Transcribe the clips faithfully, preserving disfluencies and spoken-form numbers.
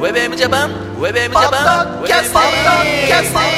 ウェブエムジャパン、ウェブエムジャパン、キャストキャスト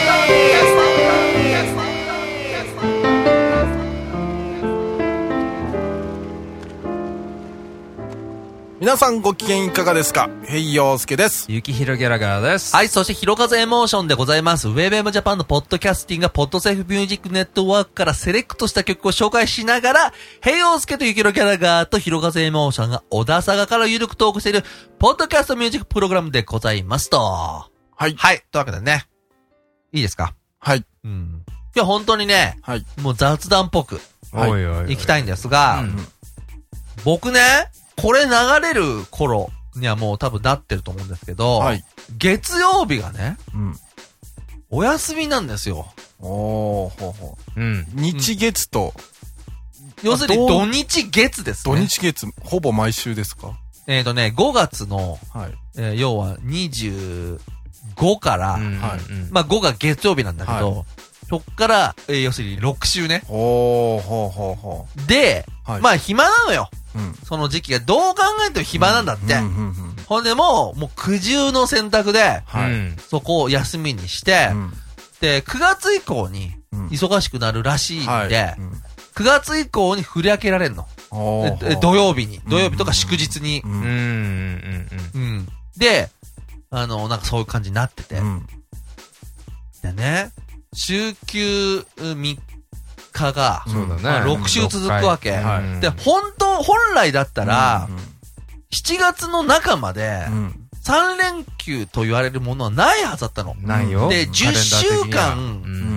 皆さんご機嫌いかがですか。ヘイヨースケです。 ゆきひろギャラガーです。 はい、そしてひろかずエモーションでございます。ウェブエムジャパンのポッドキャスティングがポッドセーフミュージックネットワークからセレクトした曲を紹介しながら、ヘイヨースケとゆきひろギャラガーとひろかずエモーションが小田坂からゆるくトークしているポッドキャストミュージックプログラムでございますと。 はい。 はい。というわけでね。いいですか？ はい。 うん。今日本当にね、はい。もう雑談っぽく、 はい。おいおいおい行きたいんですが、うん、僕ね、これ流れる頃にはもう多分なってると思うんですけど、はい、月曜日がね、うん、お休みなんですよ。 おー、ほうほう。うん。日月と、 うん、要するに土日月ですね。 土日月、ほぼ毎週ですか？ えっとね、ごがつの、はい、えー、要はにじゅうごから、うん、はい、まあごが月曜日なんだけど、はい、そっから、えー、要するにろく週ね。 おー、ほうほうほう。 で、はい、まあ暇なのよ。うん、その時期がどう考えても暇なんだって。うんうんうんうん、ほんでもう、もう苦渋の選択で、はい、そこを休みにして、うん、で、くがつ以降に忙しくなるらしいんで、はい、うん、くがつ以降に振り分けられるの。え土曜日に、土曜日とか祝日に。うんうんうん、で、あの、なんかそういう感じになってて。うん、でね、週休みっかが、そうだね、まあ、ろく週続くわけ。はい、で、本当、本来だったら、うんうん、しちがつの中まで、さん連休と言われるものはないはずだったの。 ないよ。 で、じゅっしゅうかん、うん、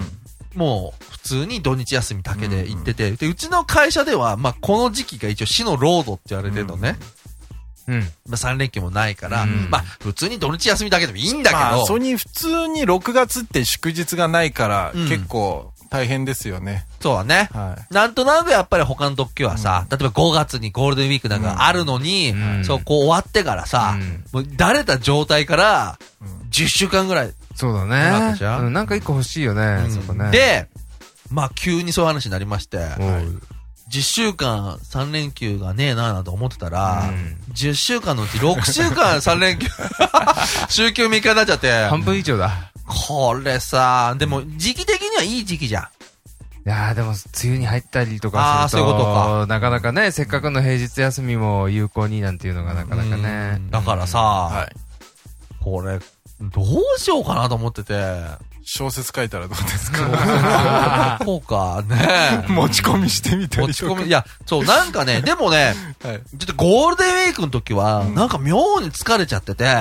もう、普通に土日休みだけで行ってて、うんうん、で、うちの会社では、まあ、この時期が一応死のロードって言われてるのね。うん。まあ、さん連休もないから、うん、まあ、普通に土日休みだけでもいいんだけど。まあ、それに普通にろくがつって祝日がないから、うん、結構大変ですよね。 そうだね。はい。なんとなくやっぱり他の時はさ、うん、例えばごがつにゴールデンウィークなんかあるのに、うん、そう、こう終わってからさ、うん、もうだれた状態から、じゅっしゅうかんぐらい。 そうだね。うん、なんか一個欲しいよね、うん、そこね。 で、まあ急にそういう話になりまして、はい、じゅっしゅうかんさん連休がねえなーなんて思ってたら、うん、じゅっしゅうかんのうちろくしゅうかんさん連休、週休みっかになっちゃって。 半分以上だ。 これさ、でも時期的にはいい時期じゃん。 いやーでも、梅雨に入ったりとかすると、あー、そういうことか。なかなかね、せっかくの平日休みも有効になんていうのがなかなかね。 だからさ、はい、これ、どうしようかなと思ってて。 小説書いたらどうですか？ そうか、ね。 持ち込みしてみたり持ち込み、いや、そう、なんかね、でもね、はい、ちょっとゴールデンウィークの時は、うん、なんか妙に疲れちゃってて、うん、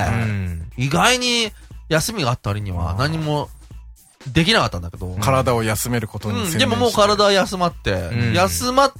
意外に休みがあった割には何もできなかったんだけど。 体を休めることに専念して、 うん、でももう体は休まって、うん、休まって、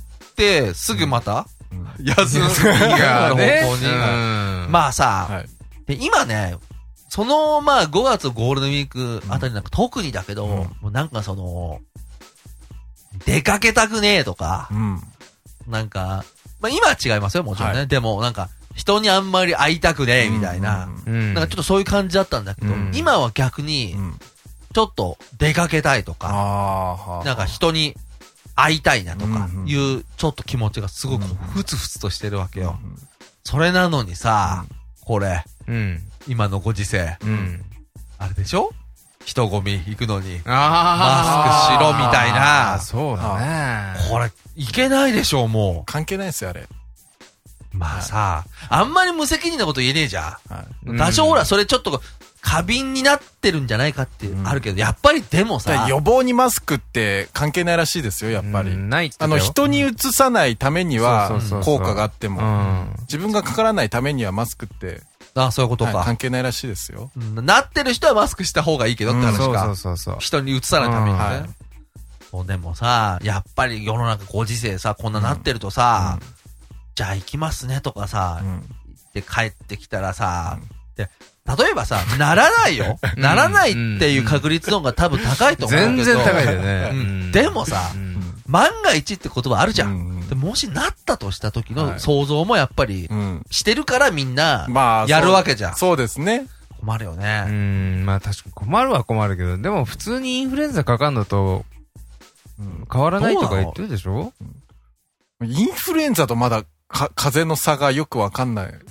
すぐまた、うん、休む方向に。うん、まあさ、はい、で、今ね、その、まあ、ごがつゴールデンウィークあたりなんか特にだけど、うん、もうなんかその、出かけたくねえとか、うん、なんか、まあ今は違いますよ、もちろんね。はい、でもなんか、人にあんまり会いたくねえみたいな、うん、なんかちょっとそういう感じだったんだけど、うん、今は逆に、ちょっと出かけたいとか、うん、なんか人に会いたいなとかいう、ちょっと気持ちがすごくふつふつとしてるわけよ。うん、それなのにさ、うん、これ、うん今のご時世、うん、あれでしょ人混み行くのに、マスクしろみたいな。 そうだね。 これ、いけないでしょもう。 関係ないですよ、あれ。 まあさ、あんまり無責任なこと言えねえじゃん。はい、多少ほら、それちょっと、過敏になってるんじゃないかってあるけど、うん、やっぱりでもさ。 予防にマスクって関係ないらしいですよ、やっぱり。うん、ないってあの、人にうつさないためには、効果があっても、自分がかからないためにはマスクって、 ああ、そういうことか、 はい。関係ないらしいですよ、 うん。なってる人はマスクした方がいいけどって話か。うん、そうそうそう。人に移さないためにね。うんはい、そうでもさ、やっぱり世の中ご時世さ、こんななってるとさ、うん、じゃあ行きますねとかさ、うん、で帰ってきたらさ、うん、で、例えばさ、ならないよ。ならないっていう確率の方が多分高いと思うけど。 全然高いよね。 うん、でもさ、うん、万が一って言葉あるじゃん。うんでもしなったとした時の想像もやっぱりしてるからみんなやるわけじゃん。 まあ、そうですね。 困るよね。 うん、まあ確かに困るは困るけど、でも普通にインフルエンザかかんのと変わらないとか言ってるでしょ？ インフルエンザとまだか風邪の差がよくわかんない。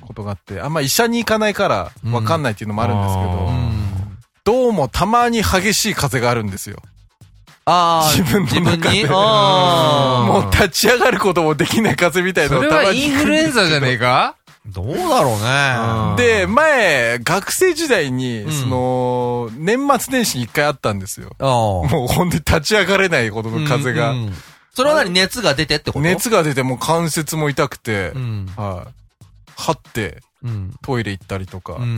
ことがあって、あんま医者に行かないからわかんないっていうのもあるんですけど、うん、どうもたまに激しい風があるんですよ。 ああ、 自分の中で。もう立ち上がることもできない風みたいなのをたまに。それはインフルエンザじゃねえか？ どうだろうね。 で、前、学生時代に、うん、その、年末年始に一回あったんですよ。もう本当に立ち上がれないほどの風が。うんうん、 それは何？熱が出てってこと？ 熱が出て、もう関節も痛くて、うん、はい。張って、うん、トイレ行ったりとか、うん、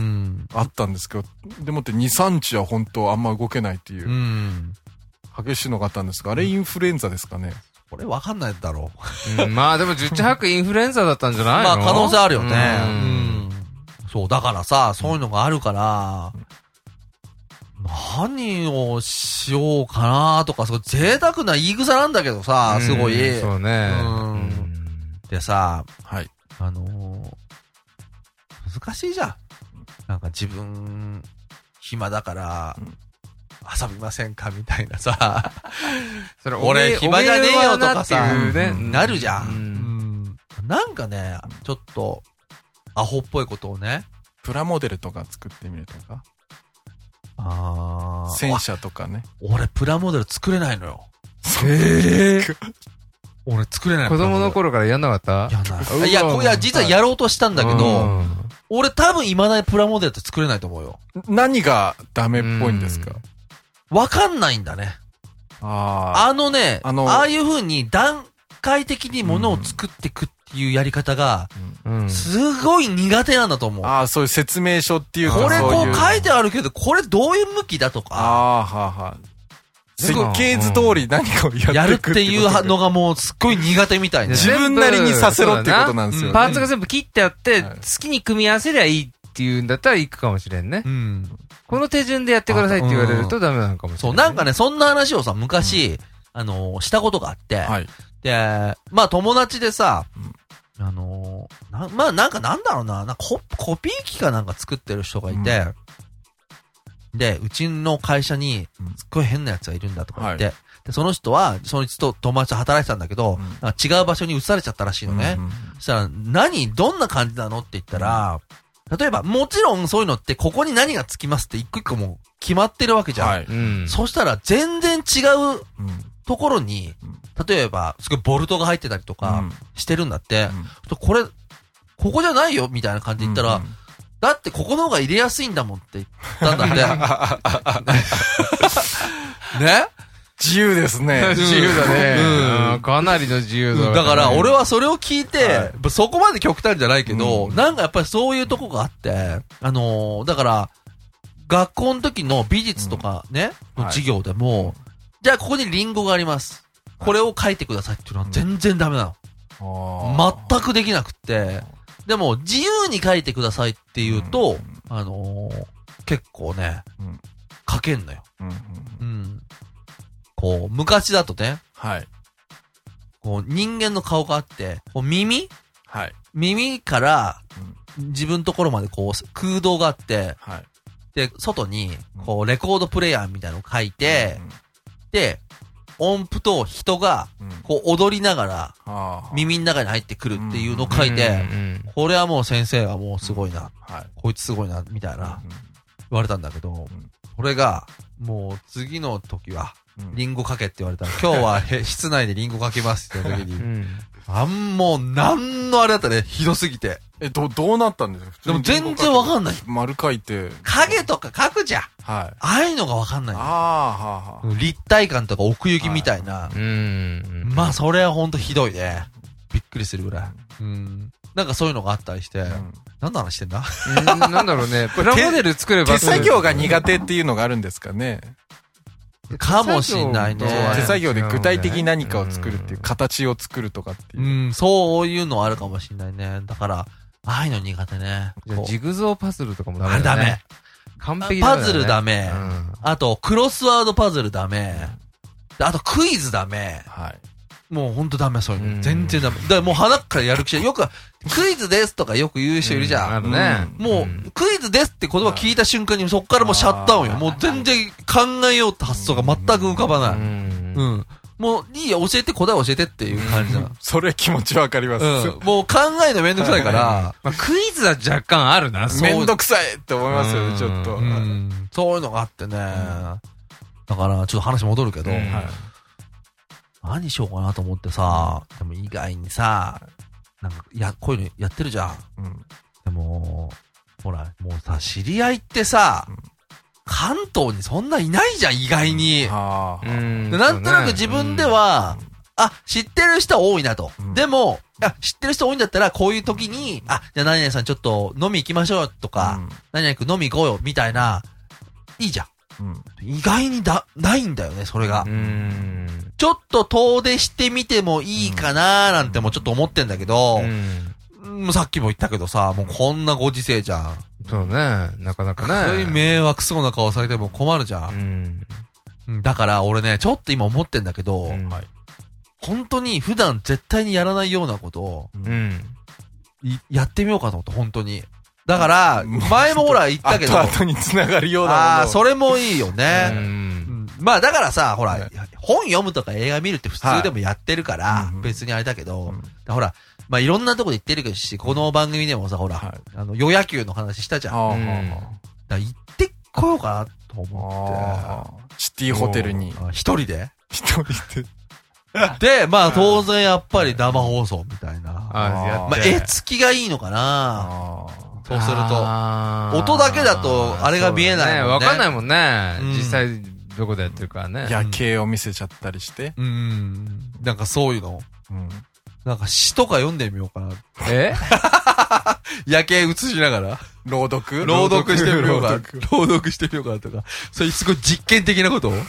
あったんですけど、でもってに、さんにちは本当あんま動けないっていう、うん、激しいのがあったんですが、あれインフルエンザですかね。 これわかんないだろう。うん、まあでも十中八九インフルエンザだったんじゃないの？ まあ可能性あるよね。うんうん、そう、だからさ、そういうのがあるから、何をしようかなとか、そう贅沢な言い草なんだけどさ、すごい。 うん、そうね、うん。 でさ、 はい。 あのー、難しいじゃん。なんか自分、暇だから、うん遊びませんかみたいなさ。それ俺暇じゃねえよとかさ、ね、なるじゃん、うん。なんかね、ちょっと、アホっぽいことをね。 プラモデルとか作ってみるとか。 あー。戦車とかね。 俺プラモデル作れないのよ。 へぇー。俺作れないの。 子供の頃からやんなかった？ やんない。いや、いや、実はやろうとしたんだけど、俺多分未だにプラモデルって作れないと思うよ。 何がダメっぽいんですか？ わかんないんだね。ああ。あのね、あの、ああいう風に段階的に物を作っていくっていうやり方が、すごい苦手なんだと思う。 ああ、そういう説明書っていうか。 これこう書いてあるけど、これどういう向きだとか。 ああ、はあはあ。設計図通り何かをやっていくってやるっていうのがもうすっごい苦手みたいな。 自分なりにさせろっていうことなんですよ、ね。 パーツが全部切ってあって、好きに組み合わせりゃいいっていうんだったら行くかもしれんね。うん。この手順でやってくださいって言われるとダメなのかもしれない、ね。そう、なんかね、そんな話をさ、昔、うん、あのー、したことがあって、はい、で、まあ友達でさ、うん、あのー、な、まあなんかなんだろうな、なんかコ、コピー機かなんか作ってる人がいて、うん、で、うちの会社に、すっごい変なやつがいるんだとか言って、はい、で、その人は、その人と友達と働いてたんだけど、うん、なんか違う場所に移されちゃったらしいのね。うんうん、そしたら、何どんな感じなのって言ったら、うん、例えば、もちろんそういうのって、ここに何がつきますって一個一個もう決まってるわけじゃん。はいうん、そしたら、全然違うところに、うん、例えば、すごいボルトが入ってたりとか、してるんだって。うん、これ、ここじゃないよみたいな感じで言ったら、うんうん、だってここの方が入れやすいんだもんって言ったんだって。ね自由ですね。 自由だね。うん、かなりの自由だ、ね。 だから、俺はそれを聞いて、はい、そこまで極端じゃないけど、うん、なんかやっぱりそういうとこがあって、あのー、だから、学校の時の美術とかね、うん、の授業でも、はい、じゃあここにリンゴがあります。これを書いてくださいっていうのは全然ダメなの。全くできなくって、でも自由に書いてくださいって言うと、うん、あのー、結構ね、うん、書けんのよ。うんうんこう、昔だとね。はい。こう、人間の顔があって、こう耳はい。耳から、自分のところまでこう、空洞があって、はい。で、外に、こう、レコードプレイヤーみたいなのを書いて、うん、で、音符と人が、こう、踊りながら、耳の中に入ってくるっていうのを書いて、これはもう先生はもうすごいな。はい。こいつすごいな、みたいな、言われたんだけど、これが、もう次の時は、リンゴかけって言われたら、今日はへ室内でリンゴかけますって言った時に、うん、あんもうなんのあれだったね、ひどすぎて。 え、ど、どうなったんですか？ でも全然わかんない。 丸書いて。 影とか書くじゃん。はい。ああいうのがわかんない。ああ、はあ、はあ。立体感とか奥行きみたいな。はい、うん。まあそれはほんとひどいね。びっくりするぐらい。うん。なんかそういうのがあったりして、うん、何の話してんだんなんだろうね。プラモデル作れば手作業が苦手っていうのがあるんですかね。 かもしんないね。 手作業で具体的に何かを作るっていう、形を作るとかっていう。 うん、そういうのあるかもしんないね。だから、ああいうの苦手ね。 ジグゾーパズルとかもダメだね。 あれダメ。 完璧だね。 パズルダメ。うん、あと、クロスワードパズルダメ。あと、クイズダメ。はい。もうほんとダメ、そういうの。全然ダメ。だからもう鼻からやる気しない。よく、クイズですとかよく言う人いるじゃん。あるね。もう、クイズですって言葉聞いた瞬間にそっからもうシャットダウンよ。もう全然考えようって発想が全く浮かばない。うん。ももういいよ、教えて、答え教えてっていう感じなの。 それ気持ちわかります。 うん。もう考えるのめんどくさいから。 まあ、クイズは若干あるな、 そう。めんどくさいって思いますよね、ちょっと。うん。 そういうのがあってね。だから、ちょっと話戻るけど、はい、何しようかなと思ってさ、でも意外にさ、なんか、や、こういうのやってるじゃん。うん、でも、ほら、もうさ、知り合いってさ、うん関東にそんないないじゃん、意外に。はあ、なんとなく自分では、うん、あ、知ってる人多いなと。うん、でも、あ、知ってる人多いんだったら、こういう時に、あ、じゃあ何々さんちょっと飲み行きましょうよとか、うん、何々くん飲み行こうよ、みたいな、いいじゃん。うん、意外にだ、ないんだよね、それが。うんちょっと遠出してみてもいいかなーなんてもちょっと思ってんだけど、うんもうさっきも言ったけどさ、もうこんなご時世じゃん。 そうね。なかなかね。 そういう迷惑そうな顔されても困るじゃん。うん。だから俺ね、ちょっと今思ってんだけど、うん、本当に普段絶対にやらないようなことを、うん、やってみようかと思って、本当に。だから、前もほら言ったけど。 後々に繋がるようなもの。 ああ、それもいいよね。うん、まあだからさ、ほら、本読むとか映画見るって普通でもやってるから、はい、別にあれだけど、うん、ほら、まあ、いろんなとこで言ってるし、この番組でもさ、ほら、はい、あの、与野球の話したじゃん。うん、だから行ってこようかなと思って。 シティホテルに。 一人で一人で。 で、まあ、当然やっぱり生放送みたいな。あまあ、絵付きがいいのかなそうすると。音だけだと、あれが見えないもんね。 わかんないもんね。うん、実際、どこでやってるからね。 夜景を見せちゃったりして。 うん。なんかそういうの。うんなんか詩とか読んでみようかな。 え夜景映しながら。 朗読朗読してみようかな。朗読してみようかなとか。それすごい実験的なことを。うん、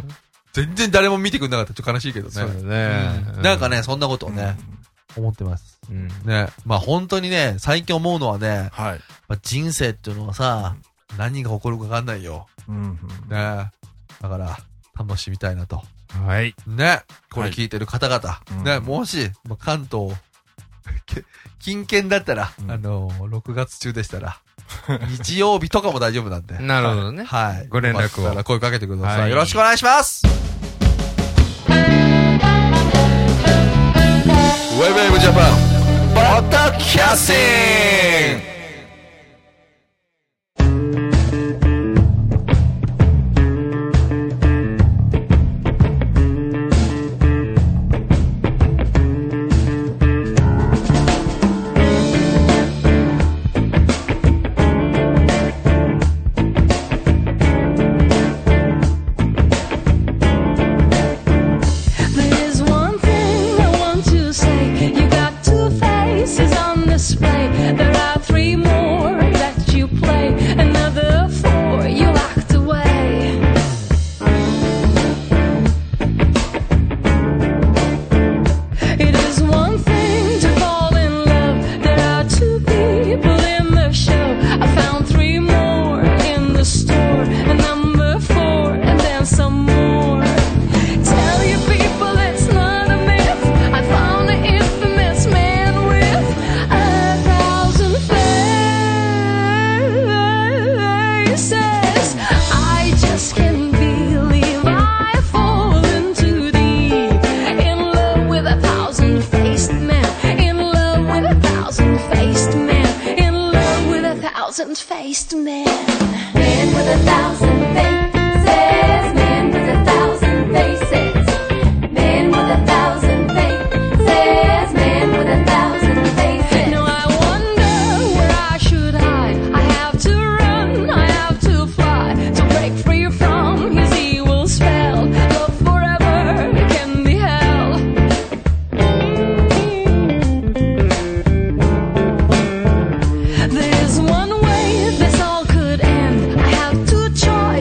全然誰も見てくんなかったらちょっと悲しいけどね。 そうだね、 うん。なんかね、そんなことをね、うん、思ってます。うん、ね。まあ本当にね、最近思うのはね、はいまあ、人生っていうのはさ、何が起こるかわかんないよ。うん、ね。だから、楽しみたいなと。 はい。 ね。これ聞いてる方々。はい、ね、もし、まあ、関東、近県だったら、うん、あのー、ろくがつ中でしたら、日曜日とかも大丈夫なんで。 なるほどね。 はい。 ご連絡を。 声かけてください。はい、よろしくお願いします。ウェブウェブジャパン、ポッドキャスティング Thousand-faced man, man with a thousand faces, man with a thousand faces, man with a thousand faces, man with a thousand faces. Now I wonder where I should hide. I have to run, I have to fly to break free from his evil spell. Love forever can be hell. There's one this all could end. I have to charge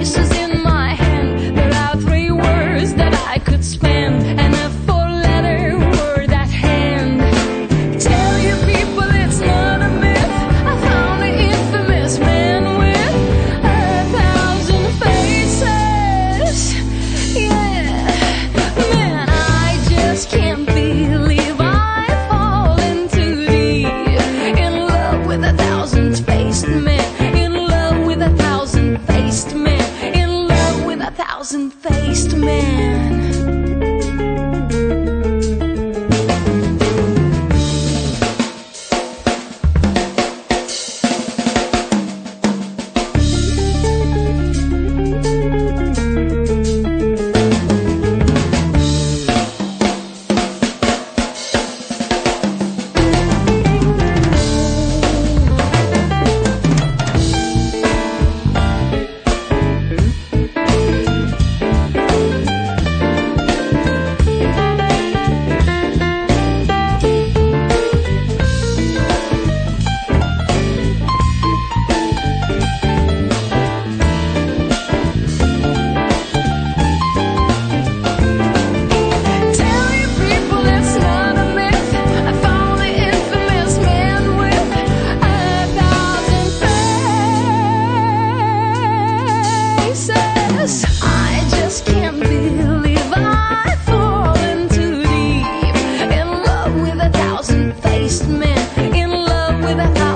man in love with a